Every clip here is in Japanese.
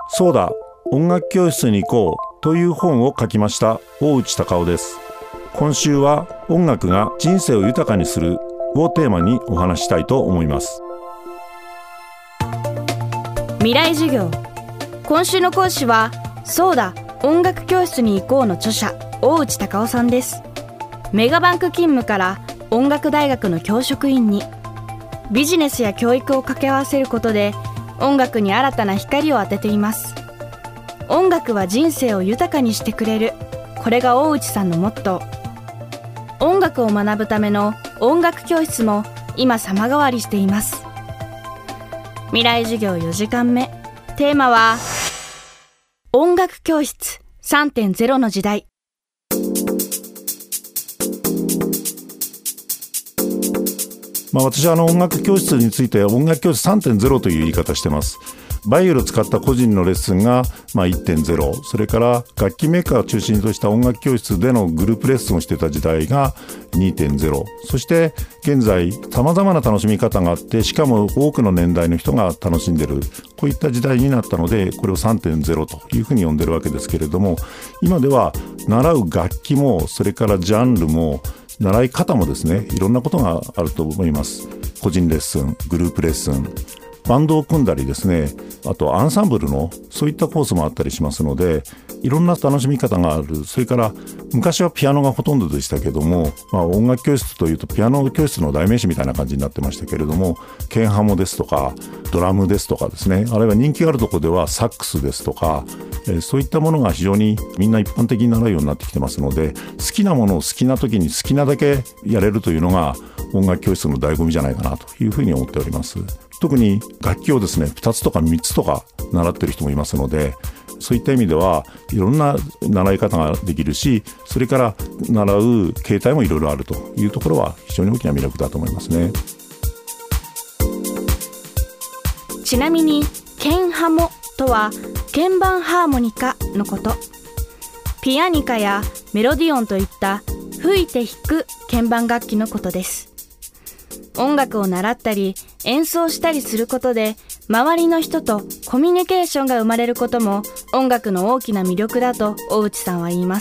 そうだ、音楽教室に行こうという本を書きました大内孝雄です。今週は音楽が人生を豊かにするをテーマにお話したいと思います。 未来授業、今週の講師はそうだ音楽教室に行こうの著者大内孝雄さんです。メガバンク勤務から音楽大学の教職員に、ビジネスや教育を掛け合わせることで音楽に新たな光を当てています。音楽は人生を豊かにしてくれる、これが大内さんのモットー。音楽を学ぶための音楽教室も今様変わりしています。未来授業4時間目、テーマは音楽教室 3.0 の時代。 私は音楽教室について音楽教室 3.0 という言い方してます。バイオルを使った個人のレッスンが1.0、それから楽器メーカーを中心とした音楽教室でのグループレッスンをしていた時代が 2.0、 そして現在様々な楽しみ方があって、しかも多くの年代の人が楽しんでいる、こういった時代になったので、これを 3.0 というふうに呼んでるわけですけれども、今では習う楽器もそれからジャンルも習い方もですね、いろんなことがあると思います。個人レッスン、グループレッスン、バンドを組んだりですね、あとアンサンブルのそういったコースもあったりしますので、いろんな楽しみ方がある。それから昔はピアノがほとんどでしたけども、音楽教室というとピアノ教室の代名詞みたいな感じになってましたけれども、ケンハモですとかドラムですとかですね、あるいは人気があるところではサックスですとか、そういったものが非常にみんな一般的に習うようになってきてますので、好きなものを好きな時に好きなだけやれるというのが音楽教室の醍醐味じゃないかなというふうに思っております。特に楽器をですね、2つとか3つとか習ってる人もいますので、そういった意味ではいろんな習い方ができるし、それから習う形態もいろいろあるというところは非常に大きな魅力だと思いますね。 ちなみにケンハモとは鍵盤ハーモニカのこと。ピアニカやメロディオンといった吹いて弾く鍵盤楽器のことです。音楽を習ったり演奏したりすることで周りの人とコミュニケーションが生まれることも音楽の大きな魅力だと大内さんは言います。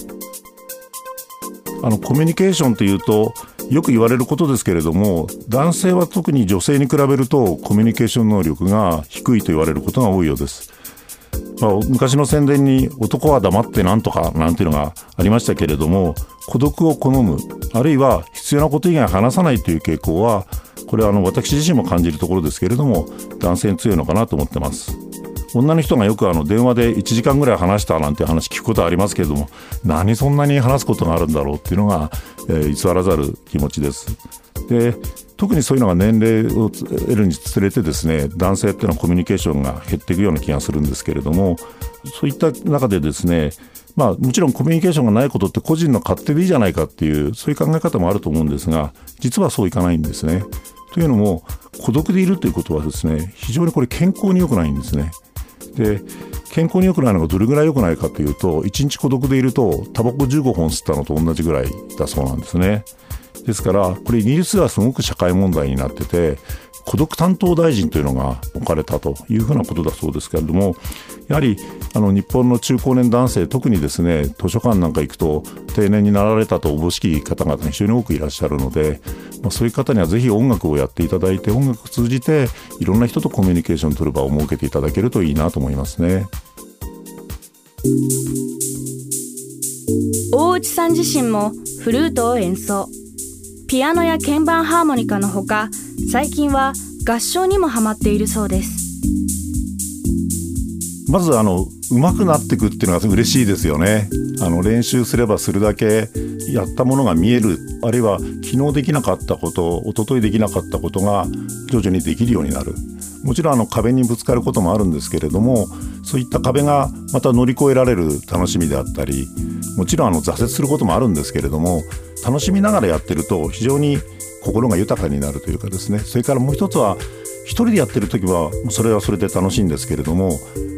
コミュニケーションというとよく言われることですけれども、男性は特に女性に比べるとコミュニケーション能力が低いと言われることが多いようです。昔の宣伝に男は黙ってなんとかなんていうのがありましたけれども、孤独を好む、あるいは必要なこと以外話さないという傾向は、これは私自身も感じるところですけれども、男性に強いのかなと思ってます。女の人がよく電話で1時間ぐらい話したなんて話聞くことはありますけれども、何そんなに話すことがあるんだろうっていうのが、偽らざる気持ちです。で、特にそういうのが年齢を得るにつれてですね、男性っていうのはコミュニケーションが減っていくような気がするんですけれども、そういった中でですね、もちろんコミュニケーションがないことって個人の勝手でいいじゃないかっていう、そういう考え方もあると思うんですが、実はそういかないんですね。というのも、孤独でいるということはですね、非常にこれ健康に良くないんですね。で、健康に良くないのがどれぐらい良くないかというと、1日孤独でいるとタバコ15本吸ったのと同じぐらいだそうなんですね。ですからこれイギリスではすごく社会問題になってて、孤独担当大臣というのが置かれたというふうなことだそうですけれども、やはり日本の中高年男性、特にですね、図書館なんか行くと定年になられたとおぼしき方々が非常に多くいらっしゃるので、そういう方にはぜひ音楽をやっていただいて、音楽を通じていろんな人とコミュニケーションを取る場を設けていただけるといいなと思いますね。 大内さん自身もフルートを演奏、ピアノや鍵盤ハーモニカのほか、最近は合唱にもハマっているそうです。 まず上手くなっていくっていうのが嬉しいですよね。練習すればするだけやったものが見える、あるいは昨日できなかったこと、一昨日できなかったことが徐々にできるようになる。もちろん壁にぶつかることもあるんですけれども、そういった壁がまた乗り越えられる楽しみであったり、もちろん挫折することもあるんですけれども、楽しみながらやってると非常に心が豊かになるというかですね。それからもう一つは、一人でやってる時はそれはそれで楽しいんですけれども、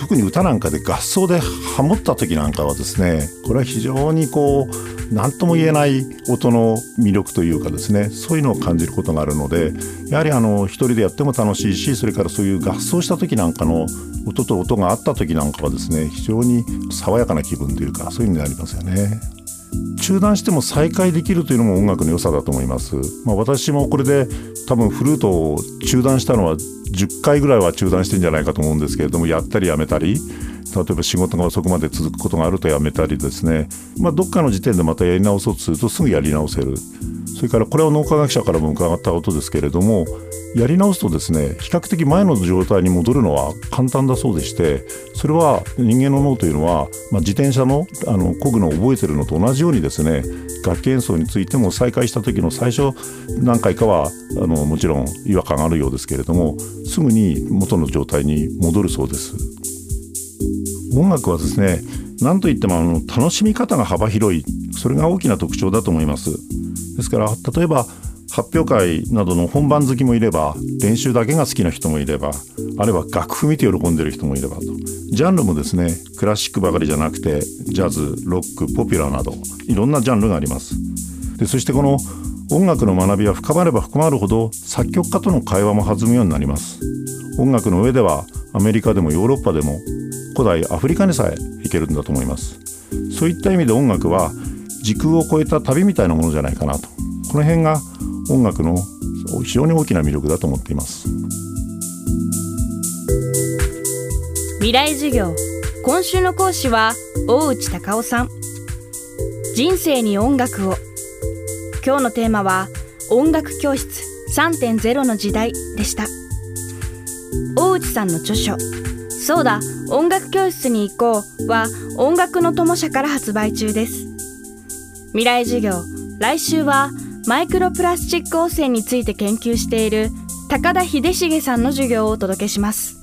特に歌なんかで合奏でハモった時なんかはですね、これは非常に何とも言えない音の魅力というかですね、そういうのを感じることがあるので、やはり一人でやっても楽しいし、それからそういう合奏した時なんかの音と音が合った時なんかはですね、非常に爽やかな気分というか、そういうのになりますよね。中断しても再開できるというのも音楽の良さだと思います。私もこれで多分フルートを中断したのは10回ぐらいは中断してんじゃないかと思うんですけれども、やったりやめたり、例えば仕事が遅くまで続くことがあるとやめたりですね、どっかの時点でまたやり直そうとするとすぐやり直せる。それからこれは脳科学者からも伺ったことですけれども、やり直すとですね、比較的前の状態に戻るのは簡単だそうでして、それは人間の脳というのは、自転車の漕ぐのを覚えてるのと同じようにですね、楽器演奏についても再開した時の最初何回かはもちろん違和感あるようですけれども、すぐに元の状態に戻るそうです。音楽はですね、何といっても楽しみ方が幅広い、それが大きな特徴だと思います。ですから例えば発表会などの本番好きもいれば、練習だけが好きな人もいれば、あるいは楽譜見て喜んでる人もいればと、ジャンルもですね、クラシックばかりじゃなくてジャズ、ロック、ポピュラーなどいろんなジャンルがあります。でそしてこの音楽の学びは深まれば深まるほど作曲家との会話も弾むようになります。音楽の上ではアメリカでもヨーロッパでも古代アフリカにさえ行けるんだと思います。そういった意味で音楽は時空を超えた旅みたいなものじゃないかなと、この辺が音楽の非常に大きな魅力だと思っています。 未来授業、今週の講師は大内孝雄さん。人生に音楽を。今日のテーマは音楽教室 3.0 の時代でした。大内さんの著書そうだ音楽教室に行こうは音楽の友社から発売中です。未来授業、来週はマイクロプラスチック汚染について研究している高田秀重さんの授業をお届けします。